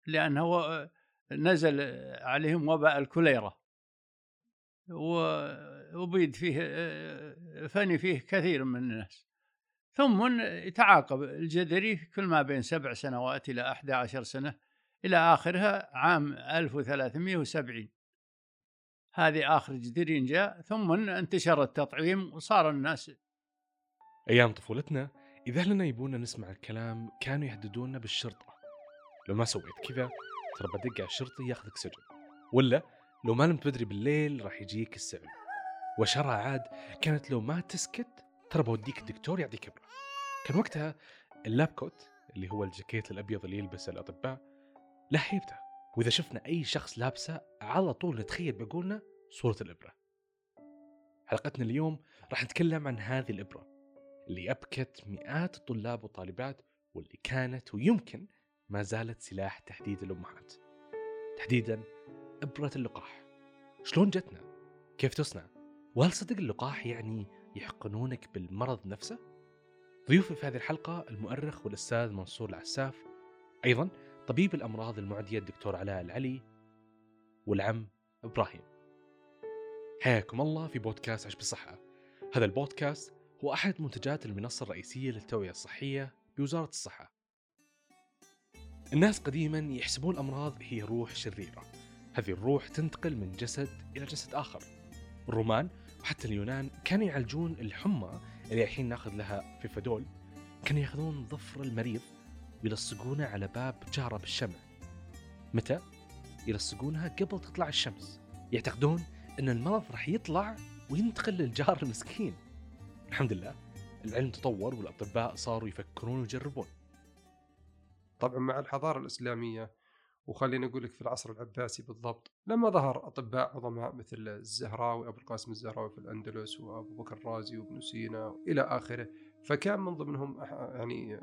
لأنه نزل عليهم وباء الكوليرا، وأُبيد فيه فني فيه كثير من الناس. ثمّ يتعاقب الجدري كل ما بين 7 سنوات إلى 11 سنة، إلى آخرها عام 1370. هذه آخر جدري جاء، ثمّ انتشر التطعيم وصار الناس. أيام طفولتنا إذا أهلنا يبونا نسمع الكلام كانوا يهددونا بالشرطة، لو ما سويت كذا ترى بدق على الشرطي ياخذك سجن، ولا لو ما نمت بدري بالليل راح يجيك السعل. وشرها عاد كانت لو ما تسكت ترى بوديك الدكتور يعطيك إبرة. كان وقتها اللاب كوت اللي هو الجاكيت الأبيض اللي يلبسه الأطباء له هيبته، وإذا شفنا أي شخص لابسه على طول نتخيل بقولنا صورة الإبرة. حلقتنا اليوم راح نتكلم عن هذه الإبرة اللي أبكت مئات الطلاب والطالبات، واللي كانت ويمكن ما زالت سلاح تحديد الأمهات، تحديدا إبرة اللقاح. شلون جتنا؟ كيف تصنع؟ وهل صدق اللقاح يعني يحقنونك بالمرض نفسه؟ ضيوفي في هذه الحلقة المؤرخ والأستاذ منصور العساف، أيضا طبيب الأمراض المعدية الدكتور علاء العلي، والعم إبراهيم. حياكم الله في بودكاست عش بصحة. هذا البودكاست هو أحد منتجات المنصة الرئيسية للتوعية الصحية بوزارة الصحة. الناس قديما يحسبون الأمراض هي روح شريرة، هذه الروح تنتقل من جسد إلى جسد آخر. الرومان وحتى اليونان كانوا يعالجون الحمى اللي الحين ناخذ لها فيفادول، كانوا ياخذون ظفر المريض ويلصقونه على باب جارة بالشمع. متى؟ يلصقونها قبل تطلع الشمس، يعتقدون أن المرض راح يطلع وينتقل للجار المسكين. الحمد لله العلم تطور والأطباء صاروا يفكرون ويجربون. طبعا مع الحضارة الإسلامية، وخلينا نقول لك في العصر العباسي بالضبط، لما ظهر أطباء عظماء مثل الزهراوي أبو القاسم الزهراوي في الأندلس، وأبو بكر الرازي وابن سينا إلى آخره، فكان من ضمنهم يعني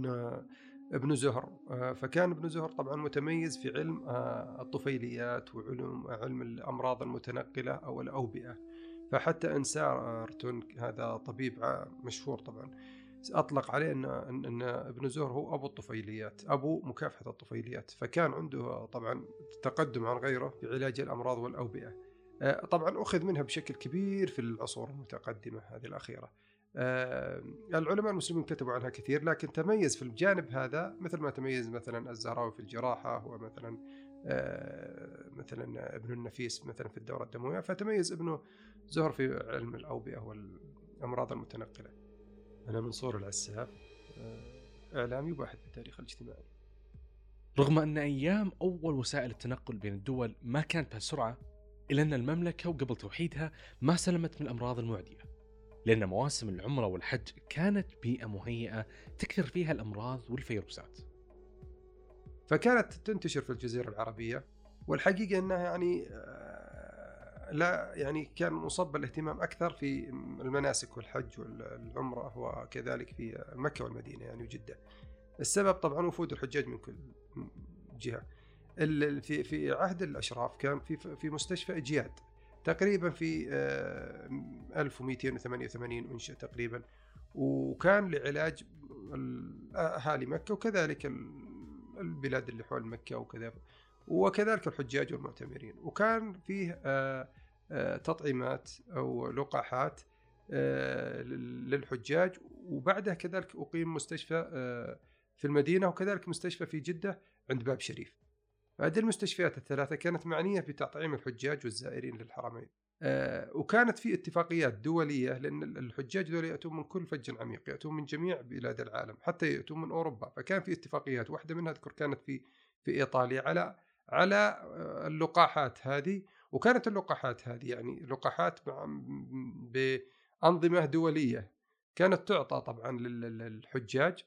ابن زهر. فكان ابن زهر طبعا متميز في علم الطفيليات علم الأمراض المتنقلة أو الأوبئة. فحتى إنسارتون هذا طبيب مشهور طبعا أطلق عليه أن ابن زهر هو أبو الطفيليات، أبو مكافحة الطفيليات. فكان عنده طبعا تقدم عن غيره في علاج الأمراض والأوبئة. طبعا أخذ منها بشكل كبير في العصور المتقدمة هذه الأخيرة. العلماء المسلمين كتبوا عنها كثير، لكن تميز في الجانب هذا مثل ما تميز مثلا الزهراوي في الجراحة، ومثلا مثلا ابن النفيس مثلا في الدورة الدموية، فتميز ابن زهر في علم الأوبئة والأمراض المتنقلة. أنا منصور العساف، إعلامي وباحث في التاريخ الاجتماعي. رغم أن أيام أول وسائل التنقل بين الدول ما كانت بهالسرعة، إلا أن المملكة وقبل توحيدها ما سلمت من الأمراض المعدية، لأن مواسم العمرة والحج كانت بيئة مهيئة تكثر فيها الأمراض والفيروسات. فكانت تنتشر في الجزيرة العربية، والحقيقة أنها يعني لا يعني كان مصب الاهتمام أكثر في المناسك والحج والعمرة، وكذلك في مكة والمدينة يعني وجدة. السبب طبعا وفود الحجاج من كل جهة. في عهد الأشراف كان في مستشفى إجياد تقريبا في 1288 أنشأ تقريبا، وكان لعلاج أهالي مكة وكذلك البلاد اللي حول مكة وكذلك الحجاج والمعتمرين. وكان فيه تطعيمات أو لقاحات للحجاج، وبعدها كذلك أقيم مستشفى في المدينة، وكذلك مستشفى في جدة عند باب شريف. هذه المستشفيات الثلاثة كانت معنية بتطعيم الحجاج والزائرين للحرمين. وكانت في اتفاقيات دولية، لأن الحجاج دول يأتون من كل فج عميق، يأتون من جميع بلاد العالم، حتى يأتون من أوروبا. فكان في اتفاقيات، واحدة منها أذكر كانت في إيطاليا على اللقاحات هذه. وكانت اللقاحات هذه يعني لقاحات بأنظمة دولية كانت تعطى طبعا للحجاج.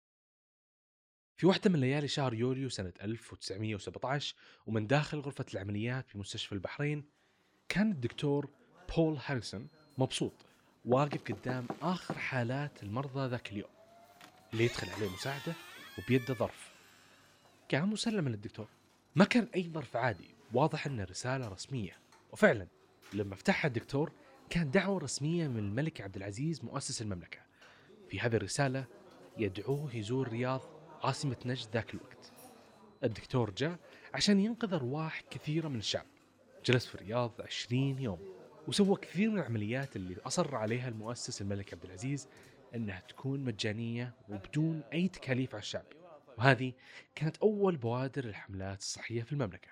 في واحدة من ليالي شهر يوليو سنة 1917، ومن داخل غرفة العمليات في مستشفى البحرين، كان الدكتور بول هاريسون مبسوط واقف قدام آخر حالات المرضى ذاك اليوم، اللي يدخل عليه مساعدة وبيده ظرف. قام وسلم للدكتور. ما كان أي ظرف عادي، واضح أنه رسالة رسمية. وفعلا لما فتحها الدكتور كان دعوة رسمية من الملك عبد العزيز مؤسس المملكة. في هذه الرسالة يدعوه يزور رياض عاصمة نجد ذاك الوقت. الدكتور جاء عشان ينقذ أرواح كثيرة من الشعب. جلس في الرياض 20 يوم وسوى كثير من العمليات اللي أصر عليها المؤسس الملك عبد العزيز أنها تكون مجانية وبدون أي تكاليف على الشعب. وهذه كانت أول بوادر الحملات الصحية في المملكة.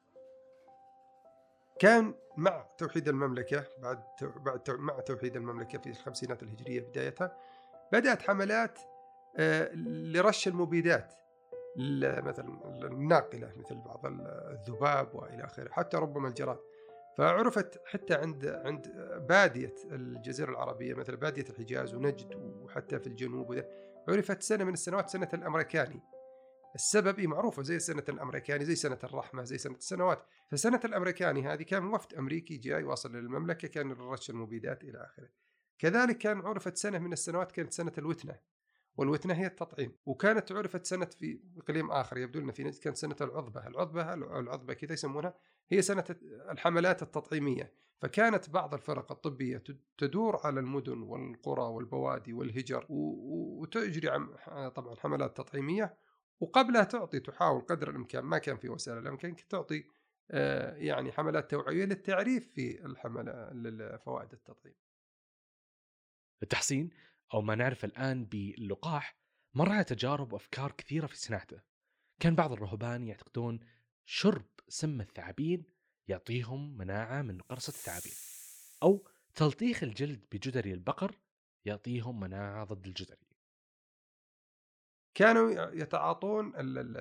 كان مع توحيد المملكة مع توحيد المملكة في الخمسينات الهجرية بدايتها بدأت حملات لرش المبيدات مثلا الناقلة مثل بعض الذباب وإلى آخره، حتى ربما الجراد. فعرفت حتى عند بادية الجزيرة العربية مثل بادية الحجاز ونجد وحتى في الجنوب، عرفت سنة من السنوات سنة الأمريكاني. السبب معروفة، زي سنة الأمريكاني، زي سنة الرحمة، زي سنة السنوات. فسنة الأمريكاني هذه كان وفد أمريكي جاي واصل للمملكة، كان لرش المبيدات إلى آخره. كذلك كان عرفت سنة من السنوات كانت سنة الوتنة، والوتنة هي التطعيم. وكانت عرفت سنة في إقليم آخر يبدو لنا في نجد كانت سنة العضبة كذا يسمونها، هي سنة الحملات التطعيمية. فكانت بعض الفرق الطبية تدور على المدن والقرى والبوادي والهجر وتجري طبعا حملات تطعيمية، وقبلها تحاول قدر الإمكان، ما كان في وسائل الإمكان، تعطي يعني حملات توعية للتعريف في الحملة لفوائد التطعيم. التحصين أو ما نعرف الآن باللقاح مر على تجارب وأفكار كثيرة في صناعته. كان بعض الرهبان يعتقدون شرب سم الثعابين يعطيهم مناعة من قرصة الثعابين، أو تلطيخ الجلد بجدري البقر يعطيهم مناعة ضد الجدري. كانوا يتعاطون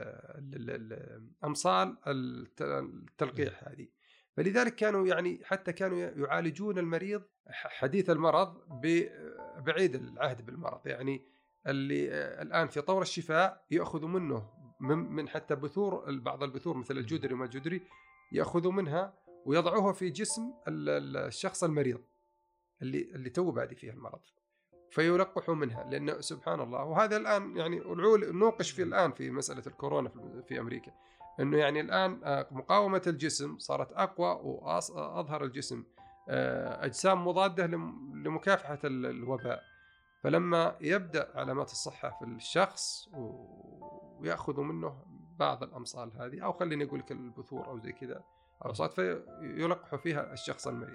أمصال التلقيح هذه. فلذلك كانوا يعني حتى كانوا يعالجون المريض حديث المرض بعيد العهد بالمرض، يعني اللي الآن في طور الشفاء يأخذوا منه من حتى بثور، بعض البثور مثل الجدري وما الجدري يأخذوا منها ويضعوها في جسم الشخص المريض اللي تو بادي فيه المرض، فيلقحوا منها. لأنه سبحان الله، وهذا الآن يعني نوقش في الآن في مسألة الكورونا في أمريكا، أنه يعني الآن مقاومة الجسم صارت أقوى، وأظهر الجسم أجسام مضادة لمكافحة الوباء. فلما يبدأ علامات الصحة في الشخص ويأخذوا منه بعض الأمصال هذه، أو خليني أقول لك البثور أو زي كذا أو صوت، فيلقحوا فيها الشخص المريض.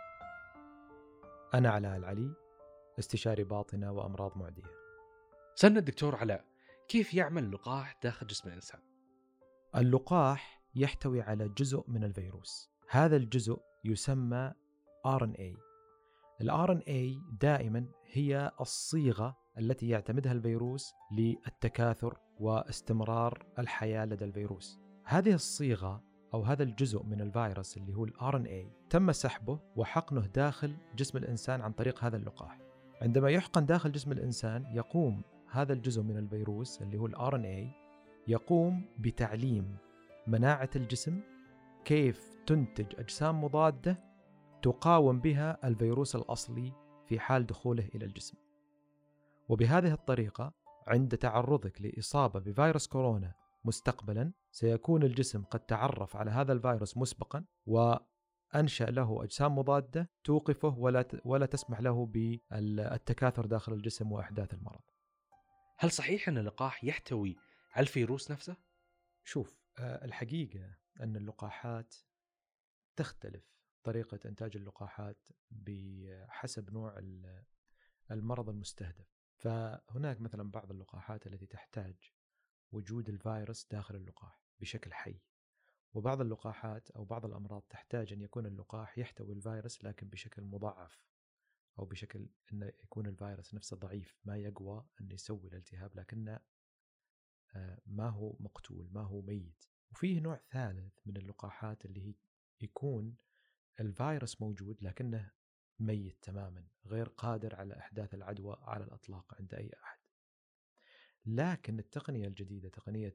أنا علاء العلي، استشاري باطنة وأمراض معدية. سألنا الدكتور علاء كيف يعمل اللقاح داخل جسم الإنسان. اللقاح يحتوي على جزء من الفيروس، هذا الجزء يسمى RNA. ال RNA دائما هي الصيغة التي يعتمدها الفيروس للتكاثر واستمرار الحياة لدى الفيروس. هذه الصيغة أو هذا الجزء من الفيروس اللي هو ال RNA تم سحبه وحقنه داخل جسم الإنسان عن طريق هذا اللقاح. عندما يحقن داخل جسم الإنسان، يقوم هذا الجزء من الفيروس اللي هو ال RNA يقوم بتعليم مناعة الجسم كيف تنتج أجسام مضادة تقاوم بها الفيروس الأصلي في حال دخوله إلى الجسم. وبهذه الطريقة عند تعرضك لإصابة بفيروس كورونا مستقبلا، سيكون الجسم قد تعرف على هذا الفيروس مسبقا وأنشأ له أجسام مضادة توقفه ولا تسمح له بالتكاثر داخل الجسم وإحداث المرض. هل صحيح أن اللقاح يحتوي على الفيروس نفسه؟ شوف، الحقيقة أن اللقاحات تختلف طريقة إنتاج اللقاحات بحسب نوع المرض المستهدف. فهناك مثلا بعض اللقاحات التي تحتاج وجود الفيروس داخل اللقاح بشكل حي، وبعض اللقاحات أو بعض الأمراض تحتاج أن يكون اللقاح يحتوي الفيروس لكن بشكل مضاعف، أو بشكل أن يكون الفيروس نفسه ضعيف ما يقوى أن يسوي الالتهاب لكنه ما هو مقتول، ما هو ميت. وفيه نوع ثالث من اللقاحات اللي هي يكون الفيروس موجود لكنه ميت تماما، غير قادر على إحداث العدوى على الإطلاق عند أي أحد. لكن التقنية الجديدة، تقنية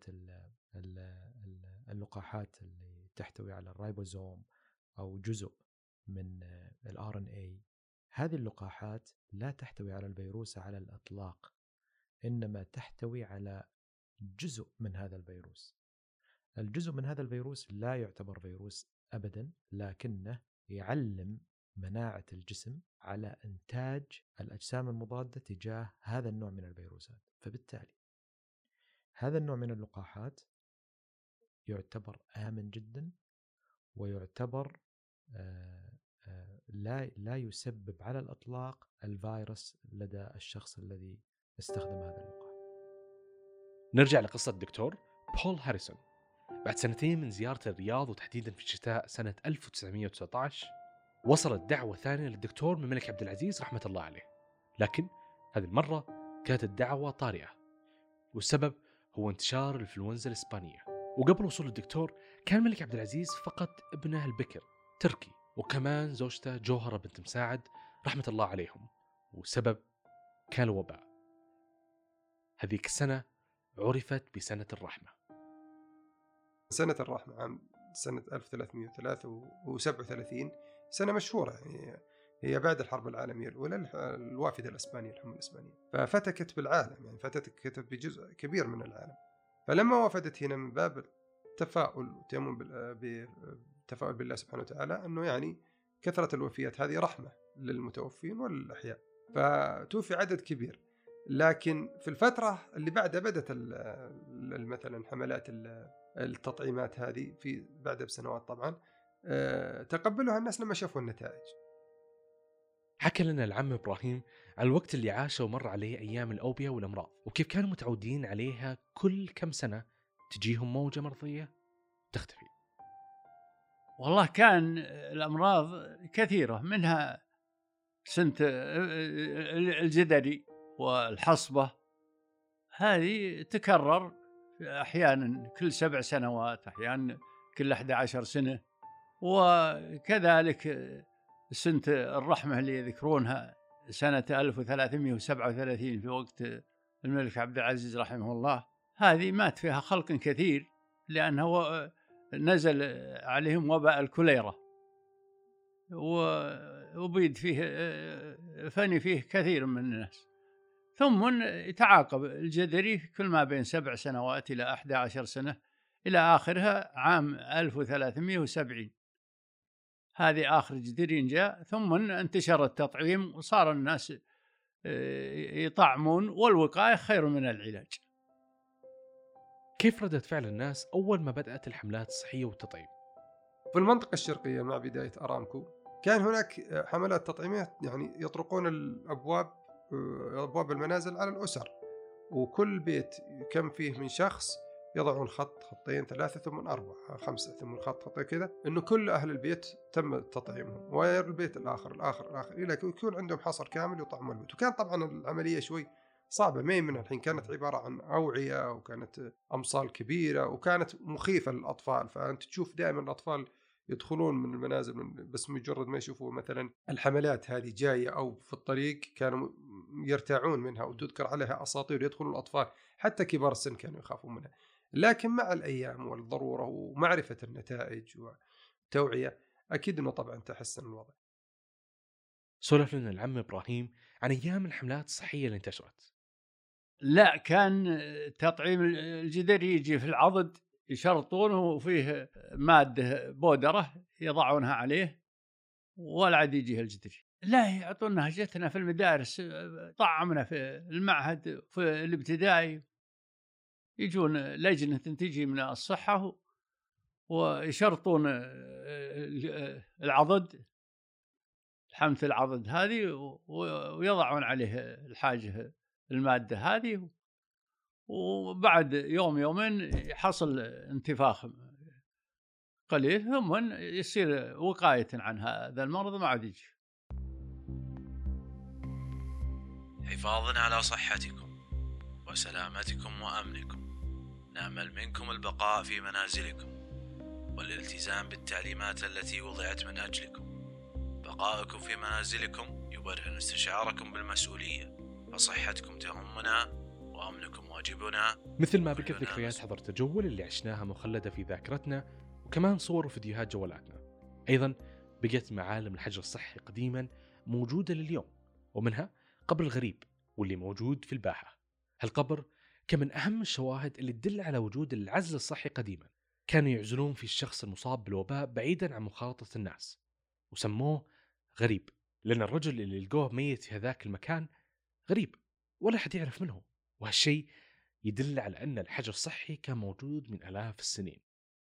اللقاحات اللي تحتوي على الرايبوزوم أو جزء من ال RNA، هذه اللقاحات لا تحتوي على الفيروس على الإطلاق، إنما تحتوي على جزء من هذا الفيروس. الجزء من هذا الفيروس لا يعتبر فيروس أبدا، لكنه يعلم مناعة الجسم على إنتاج الأجسام المضادة تجاه هذا النوع من الفيروسات. فبالتالي هذا النوع من اللقاحات يعتبر آمن جدا، ويعتبر لا يسبب على الإطلاق الفيروس لدى الشخص الذي استخدم هذا اللقاح. نرجع لقصة الدكتور بول هاريسون. بعد 2 من زيارة الرياض، وتحديدا في شتاء سنة 1919، وصلت دعوة ثانية للدكتور من الملك عبد العزيز رحمة الله عليه، لكن هذه المرة كانت الدعوة طارئة، والسبب هو انتشار الإنفلونزا الإسبانية. وقبل وصول الدكتور كان الملك عبد العزيز فقد ابنه البكر تركي، وكمان زوجته جوهرة بنت مساعد رحمة الله عليهم، والسبب كان الوباء. هذيك السنة عرفت بسنة الرحمة. سنة الرحمة عام سنة 1337 سنة مشهورة، يعني هي بعد الحرب العالمية الأولى، الوافدة الإسبانية، الحملة الإسبانية، ففتكت بالعالم، يعني فتكت بجزء كبير من العالم. فلما وفدت هنا من باب التفاؤل وتيمم بالتفاؤل بالله سبحانه وتعالى أنه يعني كثرة الوفيات هذه رحمة للمتوفين والأحياء، فتوفي عدد كبير. لكن في الفترة اللي بعدها بدأت مثلا حملات التطعيمات هذه في بعدها بسنوات طبعا، تقبلها الناس لما شافوا النتائج. حكى لنا العم إبراهيم عن الوقت اللي عاشه ومر عليه أيام الأوبئة والأمراض، وكيف كانوا متعودين عليها كل كم سنة تجيهم موجة مرضية تختفي. والله كان الأمراض كثيرة، منها سنة الجدري والحصبة، هذه تكرر أحيانا كل 7 سنوات، أحيانا كل 11 سنة. وكذلك سنة الرحمة اللي يذكرونها سنة 1337 في وقت الملك عبد العزيز رحمه الله، هذه مات فيها خلق كثير، لأنه نزل عليهم وباء الكوليرا، وبيد فيه فني فيه كثير من الناس. ثم يتعاقب الجدري كل ما بين 7 سنوات إلى 11 سنة، إلى آخرها عام 1370 هذه آخر جدري جاء. ثم انتشر التطعيم وصار الناس يطعمون، والوقاية خير من العلاج. كيف ردت فعل الناس أول ما بدأت الحملات الصحية والتطعيم؟ في المنطقة الشرقية مع بداية أرامكو كان هناك حملات تطعيمية، يعني يطرقون أبواب المنازل على الأسر، وكل بيت كم فيه من شخص يضعون خط، خطين، 3، ثم 4، 5، ثم خطين كذا، إنه كل أهل البيت تم تطعيمهم، والبيت الآخر إلى يكون عندهم حصر كامل يطعمون البيت. وكان طبعا العملية شوي صعبة، ما من الحين، كانت عبارة عن أوعية، وكانت أمصال كبيرة، وكانت مخيفة للأطفال. فأنت تشوف دائما الأطفال يدخلون من المنازل بس مجرد ما يشوفوا مثلا الحملات هذه جاية أو في الطريق كانوا يرتاعون منها، وتذكر عليها أساطير يدخلون الأطفال، حتى كبار السن كانوا يخافون منها. لكن مع الأيام والضرورة ومعرفة النتائج والتوعية، أكيد أنه طبعا تحسن الوضع. سولف لنا العم إبراهيم عن أيام الحملات الصحية اللي انتشرت. لا، كان تطعيم الجدري يجي في العضد، يشرطونه وفيه مادة بودرة يضعونها عليه، ولا عاد يجيه الجدري. لا، يعطونها، جتنا في المدارس، طعمنا في المعهد في الابتدائي، يجون لجنة تجي من الصحة ويشرطون العضد، حمث العضد هذه، ويضعون عليه الحاجة المادة هذه، وبعد يوم يومين يحصل انتفاخ قليل، ثم يصير وقاية عن هذا المرض ما عاد يجي. حفاظا على صحتكم وسلامتكم وأمنكم، نأمل منكم البقاء في منازلكم والالتزام بالتعليمات التي وضعت من أجلكم. بقائكم في منازلكم يبرهن استشعاركم بالمسؤولية، فصحتكم تهمنا وأمنكم واجبنا. مثل ما بقت ذكريات حضر التجول اللي عشناها مخلدة في ذاكرتنا، وكمان صور وفيديوهات جوالاتنا، أيضا بقت معالم الحجر الصحي قديما موجودة لليوم، ومنها قبر الغريب واللي موجود في الباحة. هالقبر كان من أهم الشواهد اللي تدل على وجود العزل الصحي قديما. كانوا يعزلون في الشخص المصاب بالوباء بعيدا عن مخالطة الناس، وسموه غريب لأن الرجل اللي لقوه ميت في هذاك المكان غريب ولا حد يعرف منه. وهالشيء يدل على أن الحجر الصحي كان موجود من آلاف السنين.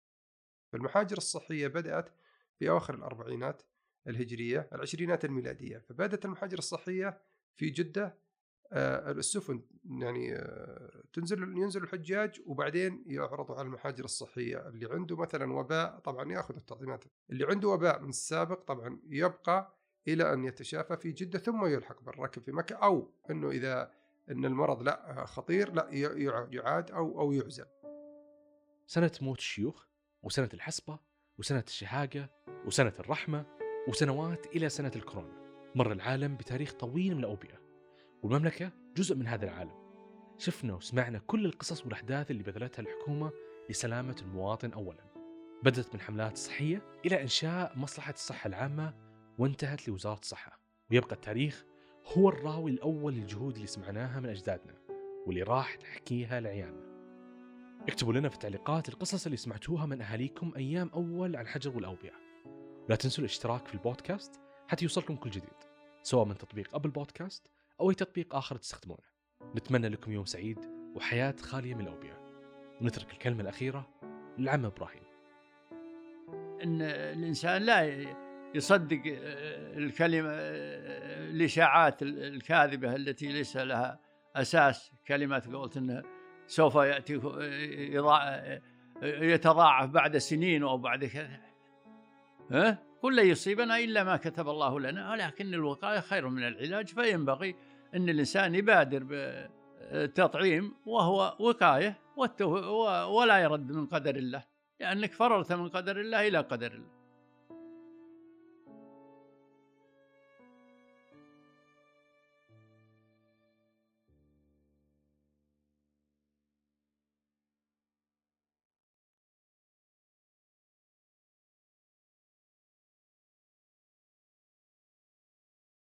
فالمحاجر الصحية بدأت في أواخر الأربعينات الهجرية، العشرينات الميلادية. فبدأت المحاجر الصحية في جدة، السفن يعني ينزل الحجاج وبعدين يعرضوا على المحاجر الصحية. اللي عنده مثلا وباء طبعا يأخذ التطعيمات، اللي عنده وباء من السابق طبعا يبقى إلى أن يتشافى في جدة ثم يلحق بالركب في مكة، أو أنه إذا أن المرض لا خطير لا يعاد أو يعزل. سنة موت الشيوخ، وسنة الحسبة، وسنة الشهاقة، وسنة الرحمة، وسنوات إلى سنة الكورونا. مر العالم بتاريخ طويل من الأوبئة، والمملكة جزء من هذا العالم. شفنا وسمعنا كل القصص والأحداث اللي بذلتها الحكومة لسلامة المواطن أولا. بدأت من حملات صحية إلى إنشاء مصلحة الصحة العامة، وانتهت لوزارة الصحة. ويبقى التاريخ هو الراوي الأول للجهود اللي سمعناها من أجدادنا واللي راح تحكيها لعيالنا. اكتبوا لنا في التعليقات القصص اللي سمعتوها من أهاليكم أيام أول عن الحجر والأوبئة. ولا تنسوا الاشتراك في البودكاست حتى يوصلكم كل جديد، سواء من تطبيق أبل بودكاست أو أي تطبيق آخر تستخدمونه. نتمنى لكم يوم سعيد وحياة خالية من الأوبئة. ونترك الكلمة الأخيرة للعم إبراهيم. إن الإنسان لا يصدق الكلمة، الإشاعات الكاذبة التي ليس لها أساس. كلمات قلت إنه سوف يأتي يتضاعف بعد سنين أو بعد كذا، كل يصيبنا إلا ما كتب الله لنا، ولكن الوقاية خير من العلاج. فينبغي أن الإنسان يبادر بالتطعيم وهو وقاية، ولا يرد من قدر الله، لأنك فررت من قدر الله إلى قدر الله.